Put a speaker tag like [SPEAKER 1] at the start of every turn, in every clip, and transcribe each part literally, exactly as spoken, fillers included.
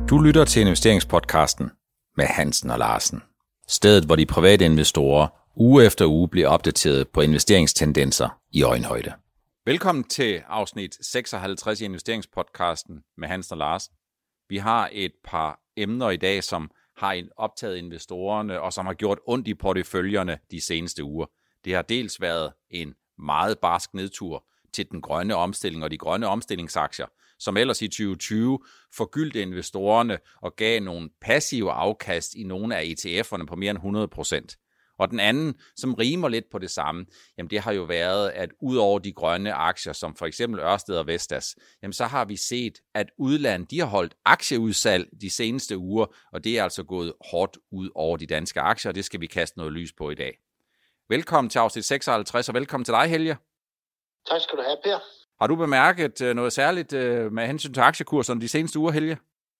[SPEAKER 1] Du lytter til investeringspodcasten med Hansen og Larsen. Stedet, hvor de private investorer uge efter uge bliver opdateret på investeringstendenser i øjenhøjde. Velkommen til afsnit seksoghalvtreds i investeringspodcasten med Hansen og Larsen. Vi har et par emner i dag, som har optaget investorerne og som har gjort ondt i porteføljerne de seneste uger. Det har dels været en meget barsk nedtur til den grønne omstilling og de grønne omstillingsaktier, som ellers i tyve tyve forgyldte investorerne og gav nogle passive afkast i nogle af E T F'erne på mere end hundrede procent. Og den anden, som rimer lidt på det samme, jamen det har jo været, at ud over de grønne aktier, som for eksempel Ørsted og Vestas, jamen så har vi set, at udlandet, de har holdt aktieudsalg de seneste uger, og det er altså gået hårdt ud over de danske aktier, og det skal vi kaste noget lys på i dag. Velkommen til afsnit seksoghalvtreds, og velkommen til dig, Helge.
[SPEAKER 2] Tak skal du have, Per.
[SPEAKER 1] Har du bemærket noget særligt med hensyn til aktiekurserne de seneste uger, Helge?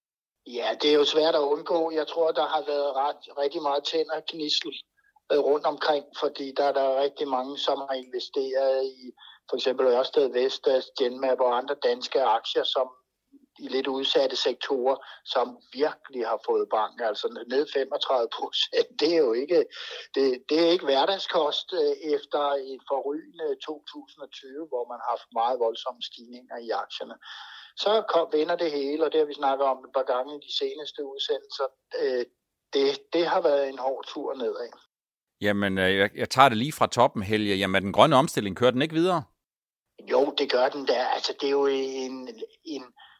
[SPEAKER 2] Ja, det er jo svært at undgå. Jeg tror, der har været ret, rigtig meget tænd og gnissel rundt omkring, fordi der er der rigtig mange, som har investeret i for eksempel Ørsted, Vestas, Genmap og andre danske aktier, som i lidt udsatte sektorer, som virkelig har fået bank, altså ned femogtredive procent. Det er jo ikke, det, det er ikke hverdagskost efter et forrygende to tusind og tyve, hvor man har haft meget voldsomme stigninger i aktierne. Så kom, vender det hele, og det har vi snakket om et par gange i de seneste udsendelser. Det, det har været en hård tur nedad.
[SPEAKER 1] Jamen, jeg, jeg tager det lige fra toppen, Helge. Jamen, den grønne omstilling, kører den ikke videre?
[SPEAKER 2] Jo, det gør den der. Altså, det er jo en... en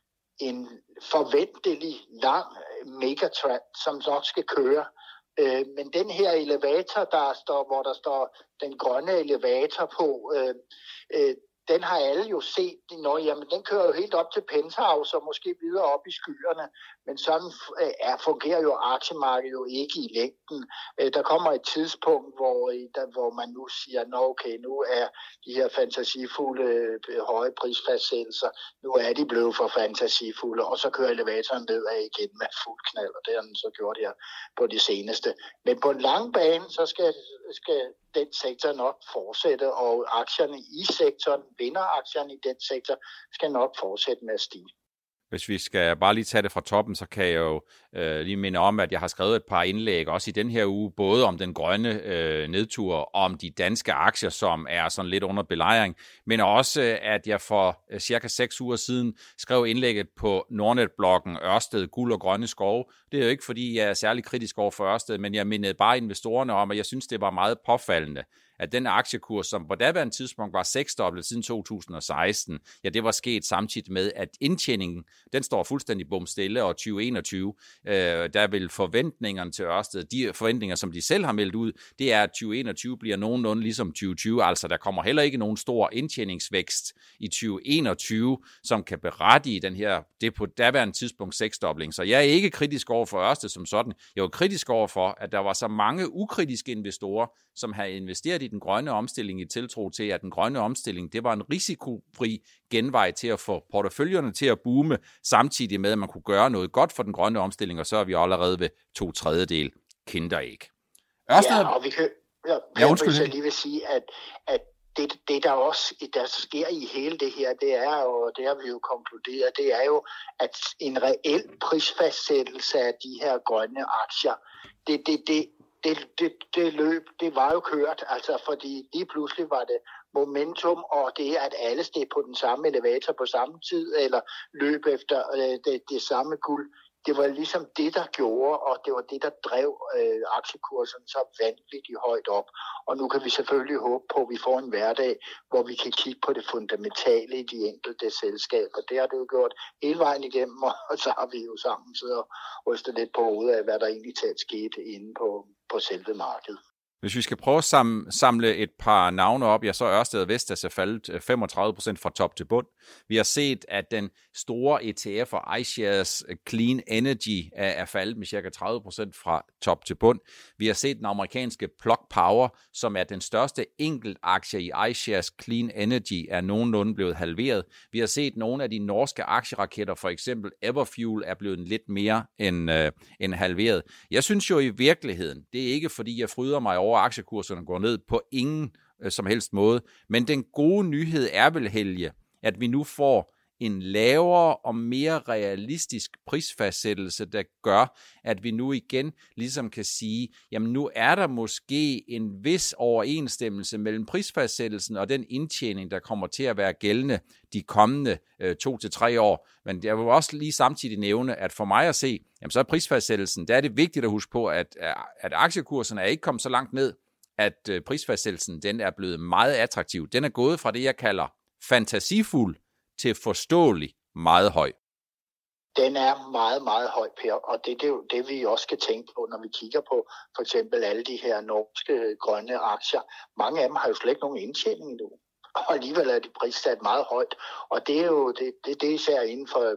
[SPEAKER 2] en forventelig lang megatrend, som nok skal køre. Øh, men den her elevator, der står, hvor der står den grønne elevator på, øh, øh, den har alle jo set. Nå, jamen, den kører jo helt op til penthouse og måske videre op i skyerne. Men sådan øh, fungerer jo aktiemarkedet jo ikke i længden. Øh, der kommer et tidspunkt, hvor, der, hvor man nu siger, nå okay, nu er de her fantasifulde øh, høje prisfastsættelser, nu er de blevet for fantasifulde, og så kører elevatoren nedad igen med fuld knald, og det har den så gjort her på det seneste. Men på en lang bane, så skal, skal den sektor nok fortsætte, og aktierne i sektoren, vinderaktierne i den sektor, skal nok fortsætte med at stige.
[SPEAKER 1] Hvis vi skal bare lige tage det fra toppen, så kan jeg jo øh, lige minde om, at jeg har skrevet et par indlæg, også i den her uge, både om den grønne øh, nedtur, og om de danske aktier, som er sådan lidt under belejring, men også, at jeg for øh, cirka seks uger siden skrev indlægget på Nordnet-bloggen Ørsted, guld og grønne skove. Det er jo ikke, fordi jeg er særlig kritisk over for Ørsted, men jeg mindede bare investorerne om, at jeg synes, det var meget påfaldende, at den aktiekurs, som på daværende tidspunkt var seksdoblet siden to tusind og seksten, ja, det var sket samtidig med, at indtjeningen, den står fuldstændig bumstille, og tyve enogtyve, øh, der vil forventningerne til Ørsted, de forventninger, som de selv har meldt ud, det er, at tyve enogtyve bliver nogenlunde ligesom tyve tyve, altså der kommer heller ikke nogen stor indtjeningsvækst i tyve enogtyve, som kan berettige den her, det på daværende tidspunkt seksdobling. Så jeg er ikke kritisk over for Ørsted som sådan. Jeg er kritisk over for, at der var så mange ukritiske investorer, som har investeret i den grønne omstilling i tiltro til, at den grønne omstilling, det var en risikofri genvej til at få porteføljerne til at boome, samtidig med, at man kunne gøre noget godt for den grønne omstilling, og så er vi allerede ved to tredjedel kinderæg.
[SPEAKER 2] Ørsted... Ja, og vi kan... Ja,
[SPEAKER 1] ja, undskyld.
[SPEAKER 2] Jeg lige vil sige, at, at det, det, der også der sker i hele det her, det er jo, det har vi jo konkluderet, det er jo, at en reel prisfastsættelse af de her grønne aktier, det, det, det Det, det, det løb, det var jo kørt, altså fordi lige pludselig var det momentum, og det at alle steg på den samme elevator på samme tid, eller løb efter øh, det, det samme guld, det var ligesom det, der gjorde, og det var det, der drev øh, aktiekursen så vanvittigt højt op. Og nu kan vi selvfølgelig håbe på, at vi får en hverdag, hvor vi kan kigge på det fundamentale i de enkelte selskaber. Det har det jo gjort hele vejen igennem, og så har vi jo sammen siddet og rystet lidt på hovedet af, hvad der egentlig talt skete inde på, på selve markedet.
[SPEAKER 1] Hvis vi skal prøve at samle et par navne op, ja, så er Ørsted og Vestas er faldet femogtredive procent fra top til bund. Vi har set, at den store E T F og iShares Clean Energy er faldet med cirka tredive procent fra top til bund. Vi har set den amerikanske Plug Power, som er den største enkeltaktie i iShares Clean Energy, er nogenlunde blevet halveret. Vi har set nogle af de norske aktieraketter, for eksempel Everfuel, er blevet lidt mere end, øh, end halveret. Jeg synes jo i virkeligheden, det er ikke fordi jeg fryder mig over, aktiekurserne går ned på ingen øh, som helst måde. Men den gode nyhed er vel, Helge, at vi nu får en lavere og mere realistisk prisfastsættelse, der gør, at vi nu igen ligesom kan sige, jamen nu er der måske en vis overensstemmelse mellem prisfastsættelsen og den indtjening, der kommer til at være gældende de kommende øh, to til tre år. Men jeg vil også lige samtidig nævne, at for mig at se, jamen så er prisfastsættelsen, der er det vigtigt at huske på, at, at aktiekurserne er ikke kommet så langt ned, at øh, prisfastsættelsen den er blevet meget attraktiv. Den er gået fra det, jeg kalder fantasifuld til forståelig meget høj.
[SPEAKER 2] Den er meget, meget høj, Per, og det, det er jo det, vi også skal tænke på, når vi kigger på for eksempel alle de her norske grønne aktier. Mange af dem har jo slet ikke nogen indtjening endnu, og alligevel er de prissat meget højt. Og det er jo det, det, det er især inden for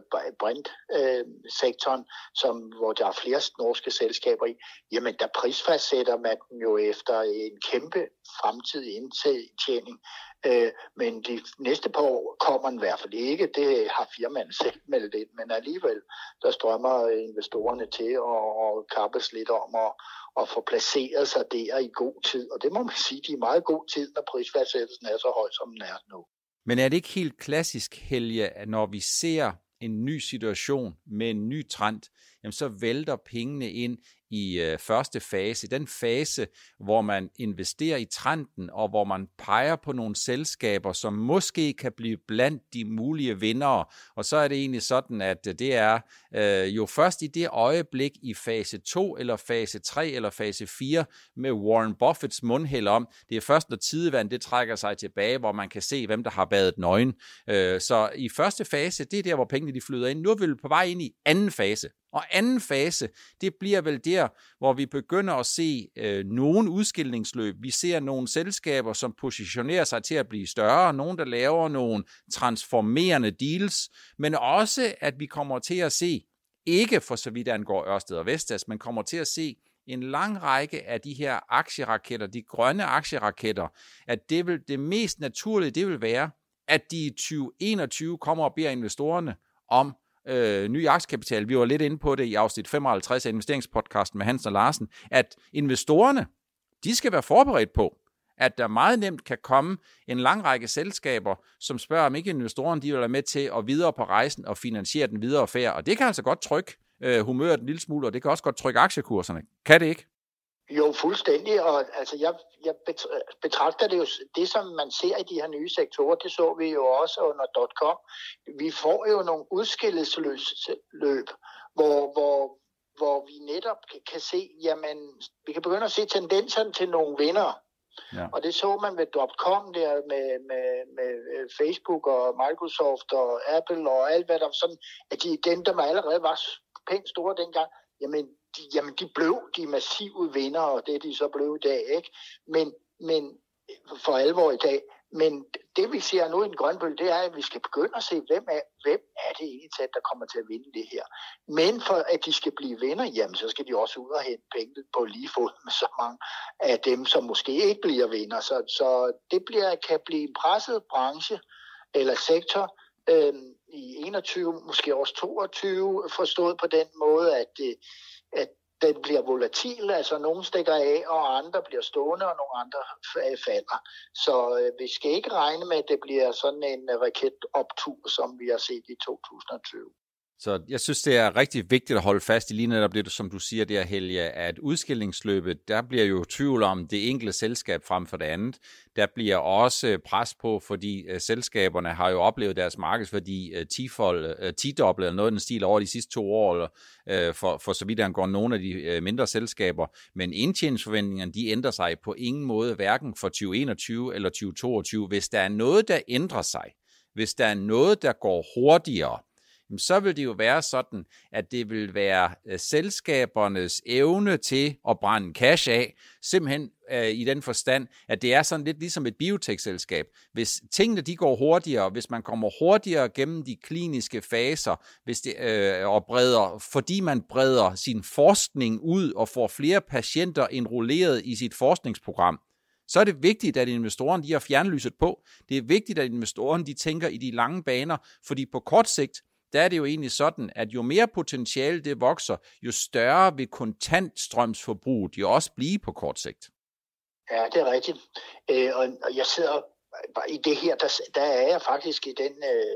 [SPEAKER 2] brintsektoren, som hvor der er flere norske selskaber i. Jamen, der prisfastsætter man dem jo efter en kæmpe fremtidig indtjening. Øh, men de næste par år kommer den i hvert fald ikke. Det har firmaerne selv meldt ind, men alligevel der strømmer investorerne til at, at kappes lidt om at, at få placeret sig der i god tid. Og det må man sige, de er meget god tid, når prisfastsættelsen er så høj, som den er nu.
[SPEAKER 1] Men er det ikke helt klassisk, Helge, at når vi ser en ny situation med en ny trend, jamen så vælter pengene ind i øh, første fase, den fase, hvor man investerer i trenden, og hvor man peger på nogle selskaber, som måske kan blive blandt de mulige vindere. Og så er det egentlig sådan, at det er øh, jo først i det øjeblik i fase to, eller fase tre, eller fase fire, med Warren Buffetts mundhæld om, det er først, når tidevand det trækker sig tilbage, hvor man kan se, hvem der har badet nøgen. Øh, så i første fase, det er der, hvor pengene de flyder ind. Nu er vi på vej ind i anden fase. Og anden fase, det bliver vel der, hvor vi begynder at se øh, nogle udskillingsløb. Vi ser nogle selskaber, som positionerer sig til at blive større, nogle, der laver nogle transformerende deals, men også, at vi kommer til at se, ikke for så vidt angår Ørsted og Vestas, men kommer til at se en lang række af de her aktieraketter, de grønne aktieraketter, at det, vil, det mest naturlige, det vil være, at de i tyve enogtyve kommer og beder investorerne om Øh, ny aktiekapital. Vi var lidt inde på det i afsnit femoghalvtreds af investeringspodcasten med Hans og Larsen, at investorerne, de skal være forberedt på, at der meget nemt kan komme en lang række selskaber, som spørger, om ikke investorerne de vil være med til at videre på rejsen og finansiere den videre færd. Og det kan altså godt trykke øh, humøret en lille smule, og det kan også godt trykke aktiekurserne. Kan det ikke?
[SPEAKER 2] Jo, fuldstændig, og altså jeg, jeg betragter det jo, det som man ser i de her nye sektorer, det så vi jo også under dot-com. Vi får jo nogle udskillelsesløb, hvor, hvor, hvor vi netop kan se, jamen, vi kan begynde at se tendenserne til nogle vindere. Ja. Og det så man ved dot-com der med, med, med Facebook og Microsoft og Apple og alt hvad der sådan, at de, dem, der allerede var pænt store dengang, jamen, De, jamen, de blev de massive vinder, og det er de så blev i dag, ikke? Men, men for alvor i dag. Men det, vi ser nu i den grønne bølge, det er, at vi skal begynde at se, hvem er, hvem er det egentlig tæt, der kommer til at vinde det her. Men for at de skal blive vinder, jamen, så skal de også ud og hente penge på lige fod med så mange af dem, som måske ikke bliver vinder. Så, så det bliver, kan blive en presset branche eller sektor øhm, i enogtyve, måske også toogtyve, forstået på den måde, at at den bliver volatil, altså nogen stikker af, og andre bliver stående, og nogle andre falder. Så øh, vi skal ikke regne med, at det bliver sådan en raketoptur, som vi har set i to tusind og tyve.
[SPEAKER 1] Så jeg synes, det er rigtig vigtigt at holde fast i lige netop det, som du siger der, Helge, at udskillingsløbet, der bliver jo tvivl om det enkelte selskab frem for det andet. Der bliver også pres på, fordi uh, selskaberne har jo oplevet deres markedsværdi uh, tifold, uh, tidoblet eller noget i den stil over de sidste to år, eller, uh, for, for så vidt angår nogle af de uh, mindre selskaber. Men indtjeningsforventningerne, de ændrer sig på ingen måde, hverken for tyve enogtyve eller tyve toogtyve. Hvis der er noget, der ændrer sig, hvis der er noget, der går hurtigere, så vil det jo være sådan, at det vil være uh, selskabernes evne til at brænde cash af, simpelthen uh, i den forstand, at det er sådan lidt ligesom et biotech-selskab. Hvis tingene de går hurtigere, hvis man kommer hurtigere gennem de kliniske faser, hvis det, uh, og breder, fordi man breder sin forskning ud og får flere patienter enrolleret i sit forskningsprogram, så er det vigtigt, at investorerne de har fjernlyset på. Det er vigtigt, at investorerne de tænker i de lange baner, fordi på kort sigt, der er det jo egentlig sådan, at jo mere potentiale det vokser, jo større vil kontantstrømsforbruget jo også blive på kort sigt.
[SPEAKER 2] Ja, det er rigtigt. Øh, og jeg sidder i det her, der, der er jeg faktisk i den, øh,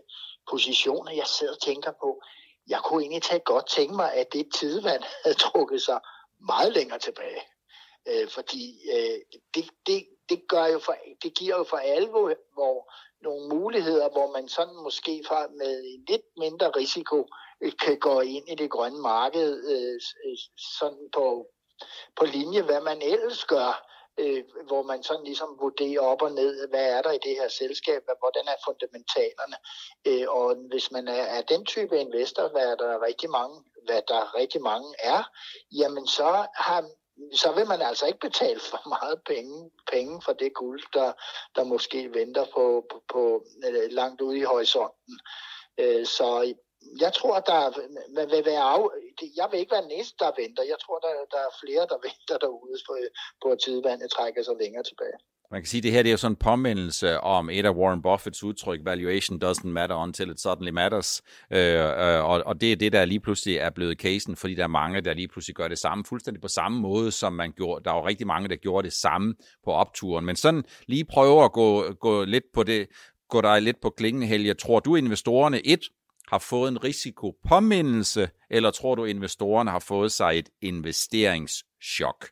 [SPEAKER 2] positioner, jeg sidder og tænker på. Jeg kunne egentlig tage godt tænke mig, at det tidevand havde trukket sig meget længere tilbage. Øh, fordi øh, det, det, det, gør jo for, det giver jo for alvor hvor nogle muligheder, hvor man sådan måske fra med lidt mindre risiko øh, kan gå ind i det grønne marked øh, sådan på, på linje, hvad man ellers gør. Øh, hvor man sådan ligesom vurderer op og ned, hvad er der i det her selskab, hvordan er fundamentalerne. Øh, og hvis man er, er den type investor, hvad der rigtig mange, hvad der rigtig mange er, jamen så har så vil man altså ikke betale for meget penge, penge for det guld, der, der måske venter på, på, på langt ude i horisonten. Øh, så jeg tror, der vil være af... Jeg vil ikke være den eneste, der venter. Jeg tror, der, der er flere, der venter derude på, på at tidevandet trækker sig længere tilbage.
[SPEAKER 1] Man kan sige, at det her det er jo sådan en påmindelse om et af Warren Buffetts udtryk, valuation doesn't matter until it suddenly matters. Øh, øh, og, og det er det, der lige pludselig er blevet casen, fordi der er mange, der lige pludselig gør det samme, fuldstændig på samme måde, som man gjorde. Der er jo rigtig mange, der gjorde det samme på opturen. Men sådan lige prøve at gå, gå lidt på det, gå dig lidt på klingen, Helge. Tror du, investorerne et har fået en risikopåmindelse, eller tror du, investorerne har fået sig et investeringschok?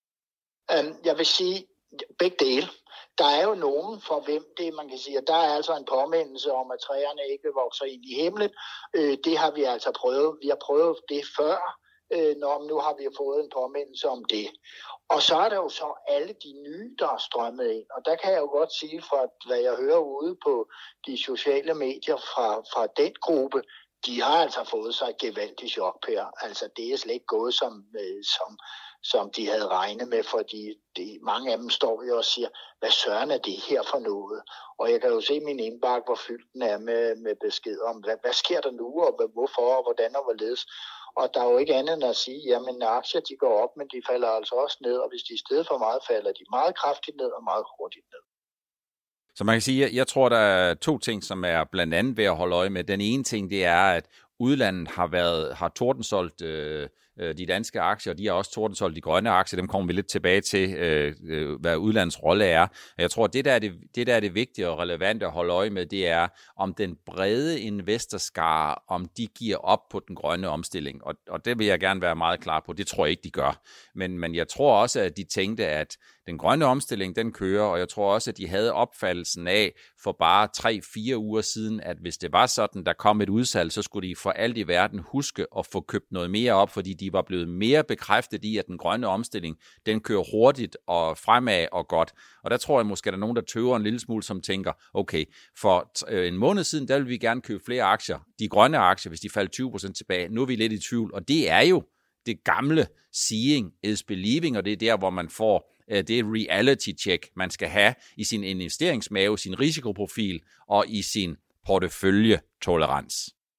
[SPEAKER 2] Um, jeg vil sige begge dele. Der er jo nogen, for hvem det, man kan sige, at der er altså en påmindelse om, at træerne ikke vokser ind i himlen. Øh, det har vi altså prøvet. Vi har prøvet det før, øh, når nu har vi fået en påmindelse om det. Og så er der jo så alle de nye, der er strømmet ind. Og der kan jeg jo godt sige, fra hvad jeg hører ude på de sociale medier fra, fra den gruppe, de har altså fået sig et gevaldigt chok, Per. Altså det er slet ikke gået, som, øh, som, som de havde regnet med, fordi de, mange af dem står jo og siger, hvad søren er det her for noget? Og jeg kan jo se min indbakke, hvor fyldt den er med, med besked om, hvad, hvad sker der nu, og hvorfor, og hvordan og hvorledes. Og der er jo ikke andet end at sige, jamen aktier de går op, men de falder altså også ned, og hvis de i stedet for meget falder, de meget kraftigt ned og meget hurtigt ned.
[SPEAKER 1] Så man kan sige, jeg tror, der er to ting, som er blandt andet ved at holde øje med. Den ene ting, det er, at udlandet har været har tordensolgt øh, de danske aktier, og de har også tordensolgt de grønne aktier. Dem kommer vi lidt tilbage til, øh, hvad udlandets rolle er. Jeg tror, det der er det, det der er det vigtige og relevante at holde øje med, det er, om den brede investorskare, om de giver op på den grønne omstilling. Og, og det vil jeg gerne være meget klar på. Det tror jeg ikke, de gør. Men, men jeg tror også, at de tænkte, at den grønne omstilling, den kører, og jeg tror også, at de havde opfattelsen af for bare tre fire uger siden, at hvis det var sådan, der kom et udsalg, så skulle de for alt i verden huske at få købt noget mere op, fordi de var blevet mere bekræftet i, at den grønne omstilling, den kører hurtigt og fremad og godt. Og der tror jeg måske, at der er nogen, der tøver en lille smule, som tænker, okay, for en måned siden, der ville vi gerne købe flere aktier. De grønne aktier, hvis de faldt tyve procent tilbage, nu er vi lidt i tvivl, og det er jo det gamle seeing is believing, og det er der, hvor man får det reality check, man skal have i sin investeringsmave, sin risikoprofil og i sin porteføljetolerans.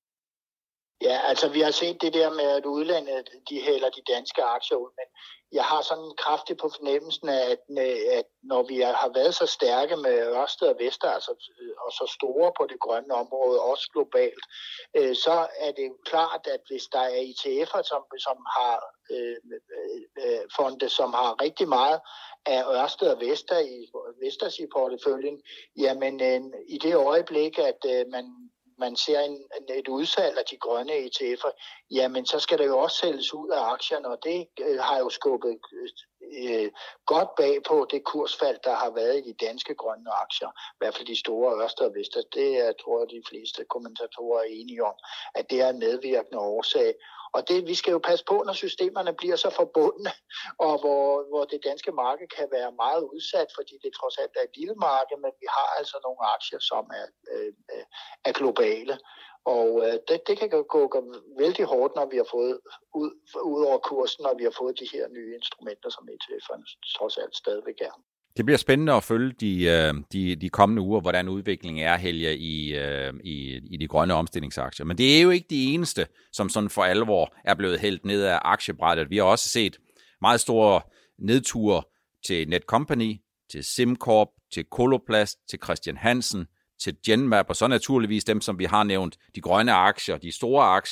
[SPEAKER 2] Ja, altså vi har set det der med, at udlandet, de hælder de danske aktier ud, men jeg har sådan kraftigt på fornemmelsen af, at, at når vi har været så stærke med Ørsted og Vestas, altså, og så store på det grønne område, også globalt, øh, så er det jo klart, at hvis der er E T F'er, som, som har øh, øh, fonde, som har rigtig meget af Ørsted og Vestas i, Vestas i porteføljen, jamen øh, i det øjeblik, at øh, man man ser en, et udsalg af de grønne E T F'er, jamen så skal det jo også sælges ud af aktierne, og det øh, har jo skubbet øh, godt bag på det kursfald, der har været i de danske grønne aktier, i hvert fald de store Ørsted og Vestas. Det er, tror jeg, de fleste kommentatorer er enige om, at det er en medvirkende årsag. Og det, vi skal jo passe på, når systemerne bliver så forbundne, og hvor, hvor det danske marked kan være meget udsat, fordi det trods alt er et lille marked, men vi har altså nogle aktier, som er, øh, er globale. Og øh, det, det kan gå, gå vældig hårdt, når vi har fået ud, ud over kursen, når vi har fået de her nye instrumenter, som E T F'erne trods alt stadigvæk er.
[SPEAKER 1] Det bliver spændende at følge de, de, de kommende uger, hvordan udviklingen er, Helge, i, i, i de grønne omstillingsaktier. Men det er jo ikke de eneste, som sådan for alvor er blevet hældt ned af aktiebrættet. Vi har også set meget store nedture til Netcompany, til SimCorp, til Coloplast, til Christian Hansen, til Genmap, og så naturligvis dem, som vi har nævnt, de grønne aktier, de store aktier,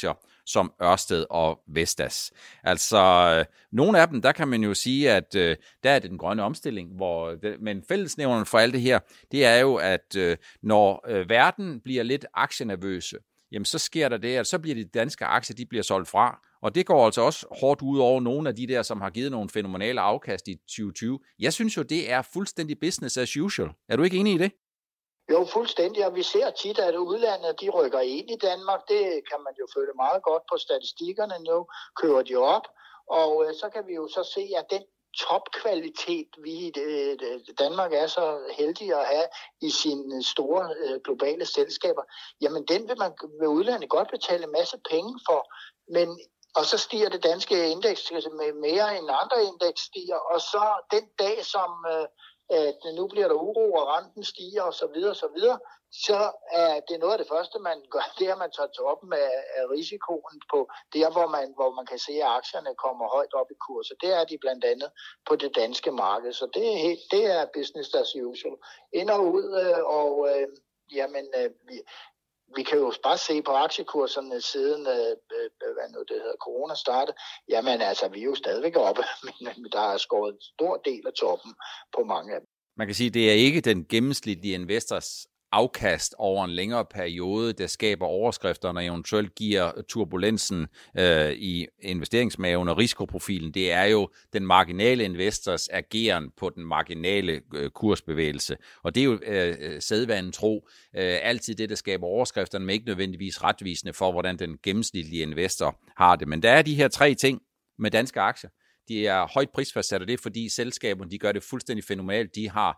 [SPEAKER 1] som Ørsted og Vestas. Altså, øh, nogle af dem, der kan man jo sige, at øh, der er det den grønne omstilling, hvor det, men fællesnævneren for alt det her, det er jo, at øh, når øh, verden bliver lidt aktienervøse, jamen så sker der det, at så bliver de danske aktier, de bliver solgt fra. Og det går altså også hårdt ud over nogle af de der, som har givet nogle fænomenale afkast i tyve tyve. Jeg synes jo, det er fuldstændig business as usual. Er du ikke enig i det?
[SPEAKER 2] Jo, fuldstændig, og vi ser tit, at udlandet de rykker ind i Danmark. Det kan man jo føle meget godt på statistikkerne nu, kører de op. Og øh, så kan vi jo så se, at den topkvalitet, vi i øh, Danmark er så heldige at have i sine store øh, globale selskaber, jamen den vil man ved udlandet godt betale en masse penge for. Men og så stiger det danske indeks med mere end andre indeks stiger, og så den dag, som øh, at nu bliver der uro, og renten stiger og så videre, og så videre, så er det noget af det første, man gør, det er, at man tager toppen af, af risikoen på der, hvor man, hvor man kan se, at aktierne kommer højt op i kurs. Og det er de blandt andet på det danske marked. Så det er, helt, det er business as usual. Ind og ud, øh, og øh, jamen, øh, vi, vi kan jo bare se på aktiekurserne siden, øh, hvad nu det hedder, corona startede. Jamen altså, vi er jo stadigvæk oppe, men der er skåret en stor del af toppen på mange af dem.
[SPEAKER 1] Man kan sige, at det er ikke den gennemsnitlige investors afkast over en længere periode, der skaber overskrifterne og eventuelt giver turbulensen øh, i investeringsmaven og risikoprofilen. Det er jo den marginale investors ageren på den marginale øh, kursbevægelse. Og det er jo øh, sædvanen tro. Øh, altid det, der skaber overskrifterne, men ikke nødvendigvis retvisende for, hvordan den gennemsnitlige investor har det. Men der er de her tre ting med danske aktier. De er højt prisfastsat, og det er fordi selskaberne, de gør det fuldstændig fænomenalt. De har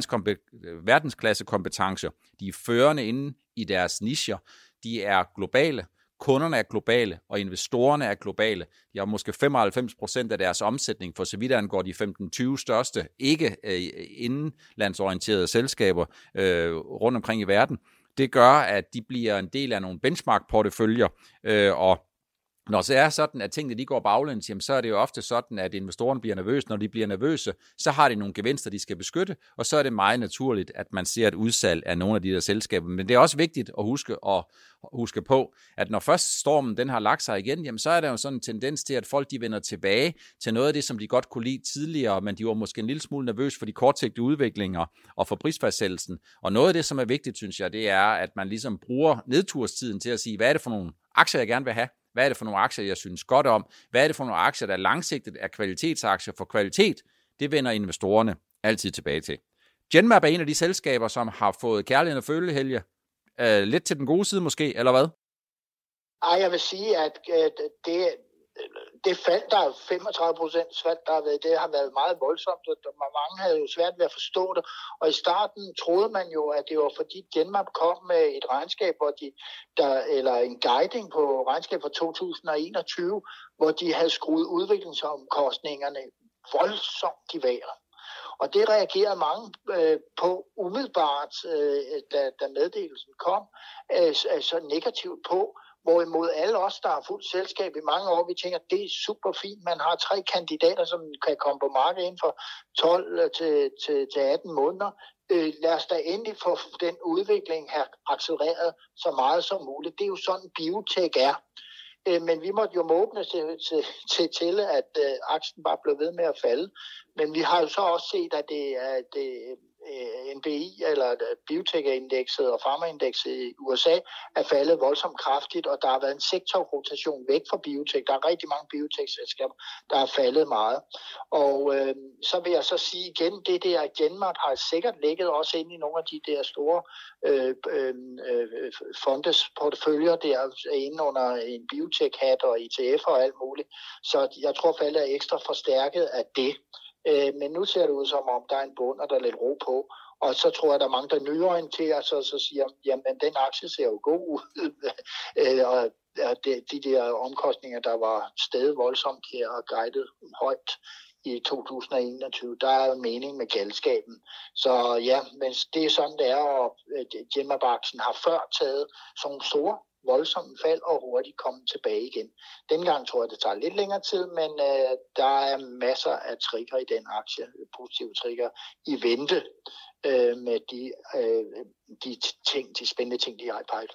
[SPEAKER 1] verdensklasse kompetencer. De er førende inde i deres nicher. De er globale. Kunderne er globale, og investorerne er globale. De har måske femoghalvfems procent af deres omsætning, for så vidt angår de femten til tyve største ikke øh, indenlandsorienterede selskaber øh, rundt omkring i verden. Det gør, at de bliver en del af nogle benchmark-porteføljer, øh, og når det er sådan, at tingene de går baglæns, jamen, så er det jo ofte sådan, at investorerne bliver nervøse. Når de bliver nervøse, så har de nogle gevinster, de skal beskytte, og så er det meget naturligt, at man ser et udsalg af nogle af de der selskaber. Men det er også vigtigt at huske, at huske på, at når først stormen den har lagt sig igen, jamen, så er der jo sådan en tendens til, at folk de vender tilbage til noget af det, som de godt kunne lide tidligere, men de var måske en lille smule nervøse for de kortsigtede udviklinger og for prisfastsættelsen. Og noget af det, som er vigtigt, synes jeg, det er, at man ligesom bruger nedturstiden til at sige, hvad er det for nogle aktier, jeg gerne vil have? Hvad er det for nogle aktier, jeg synes godt om? Hvad er det for nogle aktier, der langsigtet er kvalitetsaktier? For kvalitet, det vender investorerne altid tilbage til. Genmab er en af de selskaber, som har fået kærligheden og følehelge øh, lidt til den gode side måske, eller hvad?
[SPEAKER 2] Ej, jeg vil sige, at øh, det, det fald, der er femogtredive procent fald, der har været, det har været meget voldsomt, og mange havde jo svært ved at forstå det. Og i starten troede man jo, at det var fordi Genmab kom med et regnskab, hvor de, der, eller en guiding på regnskab for to tusind og enogtyve, hvor de havde skruet udviklingsomkostningerne voldsomt i vejret. Og det reagerede mange øh, på umiddelbart, øh, da, da meddelelsen kom, øh, så negativt på. Hvorimod alle os, der har fuldt selskab i mange år, vi tænker, det er super fint. Man har tre kandidater, som kan komme på markedet inden for tolv til atten måneder. Øh, lad os da endelig få den udvikling her accelereret så meget som muligt. Det er jo sådan, biotech er. Øh, men vi måtte jo måbne til, til, til, til at øh, aktien bare blev ved med at falde. Men vi har jo så også set, at det er det, N B I, eller biotech-indekset og pharmaindekset i U S A, er faldet voldsomt kraftigt, og der har været en sektorrotation væk fra biotech. Der er rigtig mange biotech-selskaber, der har faldet meget. Og øh, så vil jeg så sige igen, det der Genmab har sikkert ligget også inde i nogle af de der store øh, øh, fondes porteføljer, der er inde under en biotech-hat og E T F og alt muligt. Så jeg tror, faldet er ekstra forstærket af det. Men nu ser det ud som om, der er en bund, og der er lidt ro på. Og så tror jeg, der er mange, der nyorienterer sig og så siger, jamen den aktie ser jo god ud. Og de der omkostninger, der var steget voldsomt her og guidet højt i to tusind og enogtyve, der er jo mening med galskaben. Så ja, men det er sådan, det er, og Genmab-aktien har før taget sådan nogle store voldsomme fald og hurtigt komme tilbage igen. Dengang tror jeg, det tager lidt længere tid, men øh, der er masser af trigger i den aktie, positive trigger i vente øh, med de, øh, de ting, de spændende ting, de har i pipeline.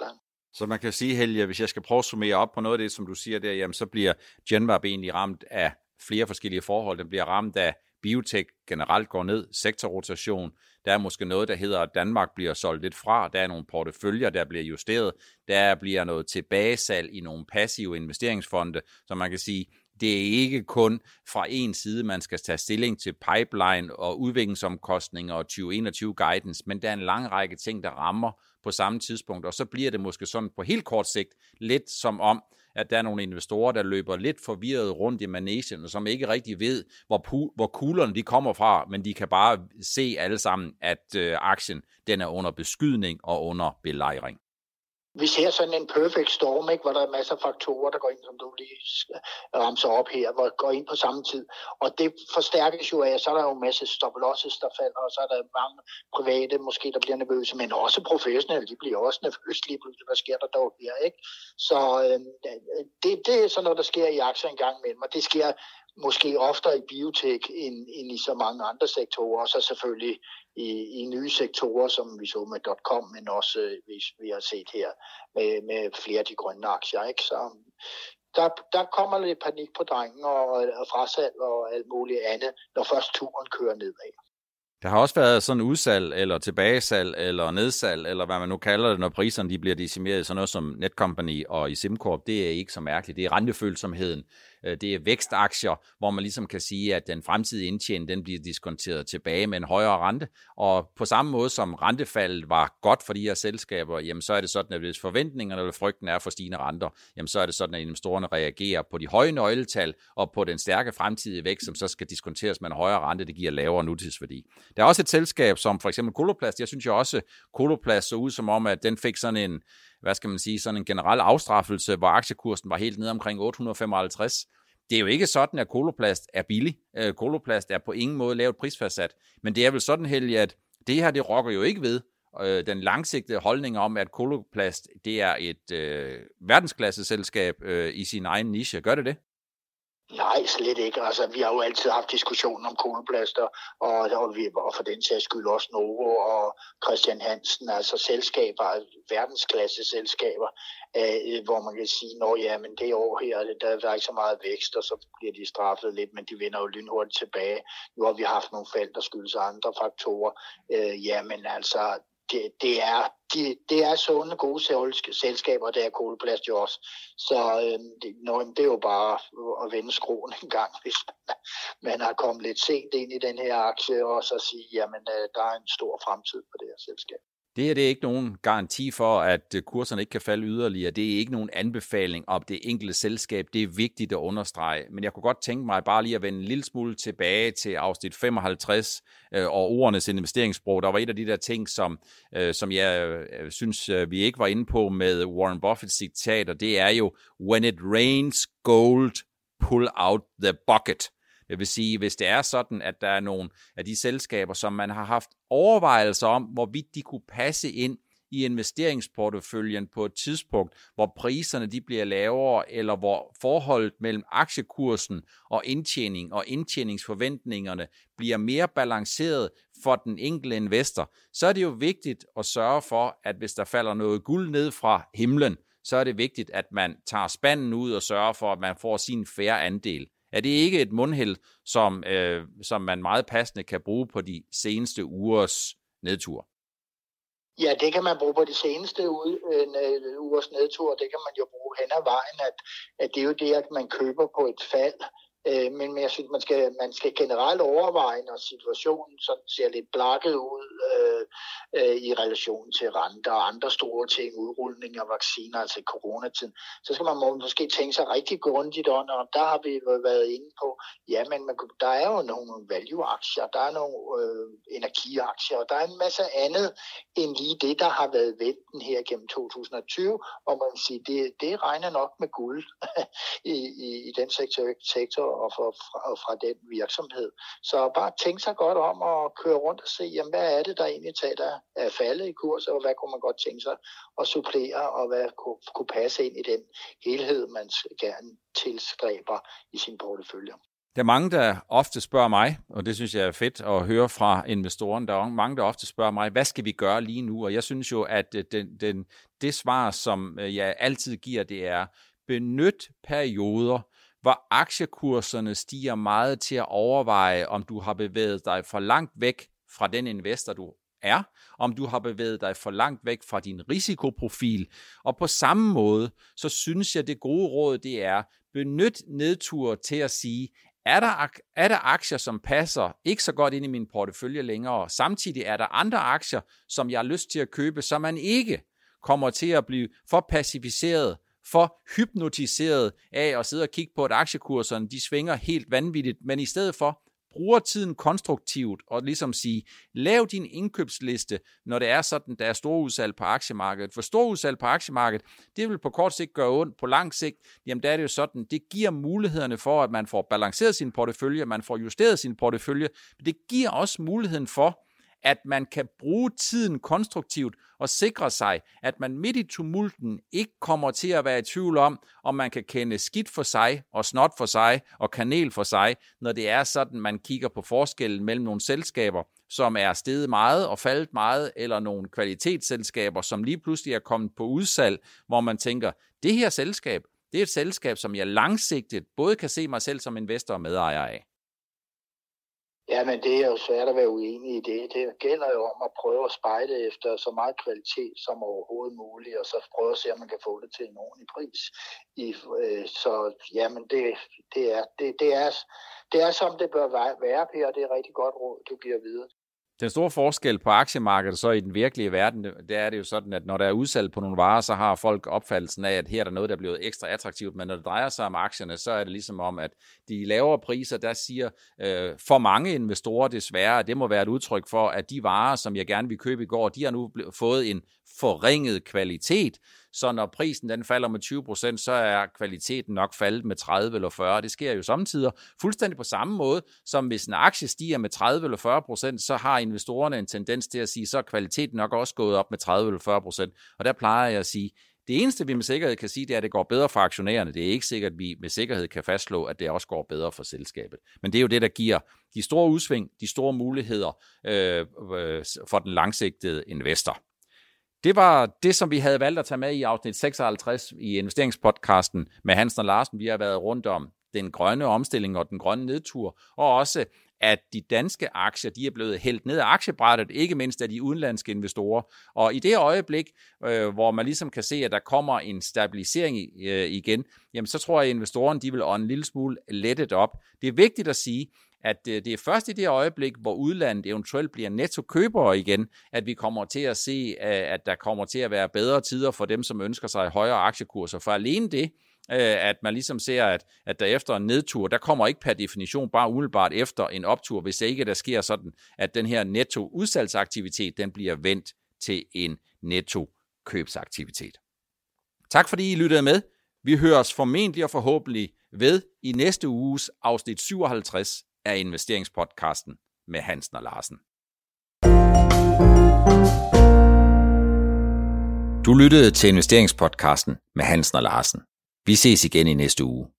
[SPEAKER 1] Så man kan sige, Helge, hvis jeg skal prøve at summere op på noget af det, som du siger der, jamen så bliver Genmab egentlig ramt af flere forskellige forhold. Den bliver ramt af biotech generelt går ned, sektorrotation. Der er måske noget, der hedder, at Danmark bliver solgt lidt fra. Der er nogle porteføljer, der bliver justeret. Der bliver noget tilbagesalg i nogle passive investeringsfonde, så man kan sige, det er ikke kun fra en side, man skal tage stilling til pipeline og udviklingsomkostninger og tyve enogtyve guidance, men der er en lang række ting, der rammer på samme tidspunkt, og så bliver det måske sådan på helt kort sigt lidt som om, at der er nogle investorer, der løber lidt forvirret rundt i managen, og som ikke rigtig ved, hvor, pu- hvor kuglerne de kommer fra, men de kan bare se alle sammen, at øh, aktien den er under beskydning og under belejring.
[SPEAKER 2] Vi ser sådan en perfect storm, ikke, hvor der er masser af faktorer, der går ind, som du lige ramser op her, hvor går ind på samme tid. Og det forstærkes jo af, så er der jo en masse stop-losses, der falder, og så er der mange private, måske der bliver nervøse, men også professionelle, de bliver også nervøse lige pludselig. Hvad sker der dog her, ikke? Så øh, det, det er sådan noget, der sker i aktier en gang imellem, og det sker måske oftere i biotech end, end i så mange andre sektorer, og så selvfølgelig i, i nye sektorer, som vi så med .com, men også vi, vi har set her med, med flere af de grønne aktier. Ikke? Så der, der kommer lidt panik på drengen og, og frasalg og alt muligt andet, når først turen kører nedad.
[SPEAKER 1] Der har også været sådan udsalg, eller tilbagesalg, eller nedsalg, eller hvad man nu kalder det, når priserne de bliver decimeret, sådan noget som Netcompany og i SimCorp, det er ikke så mærkeligt. Det er rentefølsomheden. Det er vækstaktier, hvor man ligesom kan sige, at den fremtidige indtjening, den bliver diskonteret tilbage med en højere rente. Og på samme måde som rentefaldet var godt for de her selskaber, jamen så er det sådan, at hvis forventningerne eller frygten er for stigende renter, jamen så er det sådan, at investorerne reagerer på de høje nøgletal og på den stærke fremtidige vækst, som så skal diskonteres med en højere rente, det giver lavere nutidsværdi. Der er også et selskab som for eksempel Coloplast. Jeg synes jo også, Coloplast så ud som om, at den fik sådan en, hvad skal man sige, sådan en generel afstraffelse, hvor aktiekursen var helt nede omkring otte hundrede og femoghalvtreds. Det er jo ikke sådan, at Coloplast er billig. Coloplast er på ingen måde lavt prisfastsat. Men det er vel sådan, Helge, at det her, det rokker jo ikke ved den langsigtede holdning om, at Coloplast, det er et øh, verdensklasseselskab øh, i sin egen niche. Gør det det?
[SPEAKER 2] Nej, slet ikke. Altså, vi har jo altid haft diskussionen om Coloplast, og, og, vi, og for den sags skyld også Novo og Christian Hansen, altså selskaber, verdensklasse selskaber, øh, hvor man kan sige, at ja, men det år her, der, der er ikke så meget vækst, og så bliver de straffet lidt, men de vender jo lynhurtigt tilbage. Nu har vi haft nogle fald, der skyldes andre faktorer. Øh, ja, men altså, det, det er de, det er sunde, gode selskaber, det er Coloplast jo også. Så øh, det, nå, det er jo bare at vende skruen en gang, hvis man, man har kommet lidt sent ind i den her aktie, og så sige, jamen øh, der er en stor fremtid på det her selskab.
[SPEAKER 1] Det her det er ikke nogen garanti for, at kurserne ikke kan falde yderligere. Det er ikke nogen anbefaling om det enkelte selskab. Det er vigtigt at understrege. Men jeg kunne godt tænke mig bare lige at vende en lille smule tilbage til afsnit femoghalvtreds øh, og ordernes investeringssprog. Der var et af de der ting, som, øh, som jeg øh, synes, øh, vi ikke var inde på med Warren Buffetts citat, og det er jo, when it rains gold, pull out the bucket. Det vil sige, hvis det er sådan, at der er nogle af de selskaber, som man har haft overvejelser om, hvorvidt de kunne passe ind i investeringsporteføljen på et tidspunkt, hvor priserne de bliver lavere, eller hvor forholdet mellem aktiekursen og indtjening og indtjeningsforventningerne bliver mere balanceret for den enkelte investor, så er det jo vigtigt at sørge for, at hvis der falder noget guld ned fra himlen, så er det vigtigt, at man tager spanden ud og sørger for, at man får sin fair andel. Er det ikke et mundheld, som, øh, som man meget passende kan bruge på de seneste ugers nedtur?
[SPEAKER 2] Ja, det kan man bruge på de seneste uge, øh, ugers nedtur. Det kan man jo bruge hen ad vejen, at, at det er jo det, at man køber på et fald. Øh, men jeg synes, man skal, man skal generelt overveje, når situationen sådan ser lidt blakket ud øh, øh, i relation til renter og andre store ting, udrulning af vacciner, altså i coronatiden, så skal man måske tænke sig rigtig grundigt om, og der har vi været inde på, ja, men man, der er jo nogle value-aktier, der er nogle øh, energiaktier, og der er en masse andet end lige det, der har været venten her gennem to tusind og tyve, og man kan sige, det, det regner nok med guld i, i, i den sektor, sektor og fra, fra, fra den virksomhed. Så bare tænk sig godt om at køre rundt og se, jamen, hvad er det, der egentlig tager af faldet i kurs, og hvad kunne man godt tænke sig at supplere, og hvad kunne, kunne passe ind i den helhed, man gerne tilstræber i sin portefølje.
[SPEAKER 1] Der er mange, der ofte spørger mig, og det synes jeg er fedt at høre fra investorerne. Der er mange, der ofte spørger mig, hvad skal vi gøre lige nu? Og jeg synes jo, at den, den, det svar, som jeg altid giver, det er, benyt perioder, hvor aktiekurserne stiger meget til at overveje, om du har bevæget dig for langt væk fra den investor, du er, om du har bevæget dig for langt væk fra din risikoprofil. Og på samme måde, så synes jeg, det gode råd, det er, benyt nedture til at sige, er der, er der aktier, som passer ikke så godt ind i min portefølje længere, samtidig er der andre aktier, som jeg har lyst til at købe, så man ikke kommer til at blive for passiviseret, for hypnotiseret af at sidde og kigge på, at aktiekurserne de svinger helt vanvittigt, men i stedet for bruger tiden konstruktivt og ligesom sige, lav din indkøbsliste, når det er sådan, der er storudsalg på aktiemarkedet. For storudsalg på aktiemarkedet, det vil på kort sigt gøre ondt, på lang sigt, jamen der er det jo sådan, det giver mulighederne for, at man får balanceret sin portefølje, man får justeret sin portefølje, men det giver også muligheden for, at man kan bruge tiden konstruktivt og sikre sig, at man midt i tumulten ikke kommer til at være i tvivl om, om man kan kende skidt for sig og snot for sig og kanel for sig, når det er sådan, man kigger på forskellen mellem nogle selskaber, som er steget meget og faldet meget, eller nogle kvalitetsselskaber, som lige pludselig er kommet på udsalg, hvor man tænker, det her selskab, det er et selskab, som jeg langsigtet både kan se mig selv som investor og medejer af.
[SPEAKER 2] Ja, men det er jo svært at være uenig i det. Det gælder jo om at prøve at spejde efter så meget kvalitet som overhovedet muligt, og så prøve at se, om man kan få det til en ordentlig pris. I, øh, så jamen, det, det, er, det, det, er, det er som det bør være, Per, og det er rigtig godt råd, du giver videre.
[SPEAKER 1] Den store forskel på aktiemarkedet så i den virkelige verden, det er det jo sådan, at når der er udsalg på nogle varer, så har folk opfattelsen af, at her er der noget, der er blevet ekstra attraktivt, men når det drejer sig om aktierne, så er det ligesom om, at de lavere priser, der siger øh, for mange investorer desværre, at det må være et udtryk for, at de varer, som jeg gerne vil købe i går, de har nu fået en forringet kvalitet, så når prisen den falder med tyve procent, så er kvaliteten nok faldet med tredive eller fyrre. Det sker jo samtidig fuldstændig på samme måde, som hvis en aktie stiger med tredive eller fyrre procent, så har investorerne en tendens til at sige, så er kvaliteten nok også gået op med tredive eller fyrre procent. Og der plejer jeg at sige, det eneste vi med sikkerhed kan sige, det er, at det går bedre for aktionærerne. Det er ikke sikkert, at vi med sikkerhed kan fastslå, at det også går bedre for selskabet. Men det er jo det, der giver de store udsving, de store muligheder øh, øh, for den langsigtede investor. Det var det, som vi havde valgt at tage med i afsnit seksoghalvtreds i investeringspodcasten med Hansen og Larsen. Vi har været rundt om den grønne omstilling og den grønne nedtur, og også at de danske aktier, de er blevet hældt ned af aktiebrættet, ikke mindst af de udenlandske investorer. Og i det øjeblik, øh, hvor man ligesom kan se, at der kommer en stabilisering øh, igen, jamen så tror jeg, at investorerne de vil ånde en lille smule lettet op. Det er vigtigt at sige, at det er først i det øjeblik, hvor udlandet eventuelt bliver nettokøbere igen, at vi kommer til at se, at der kommer til at være bedre tider for dem, som ønsker sig højere aktiekurser. For alene det, at man ligesom ser, at, at der efter en nedtur, der kommer ikke per definition bare umiddelbart efter en optur, hvis ikke der sker sådan, at den her netto udsalgsaktivitet, den bliver vendt til en netto købsaktivitet. Tak fordi I lyttede med. Vi høres formentlig og forhåbentlig ved i næste uges afsnit syvoghalvtreds af investeringspodcasten med Hansen og Larsen. Du lyttede til investeringspodcasten med Hansen og Larsen. Vi ses igen i næste uge.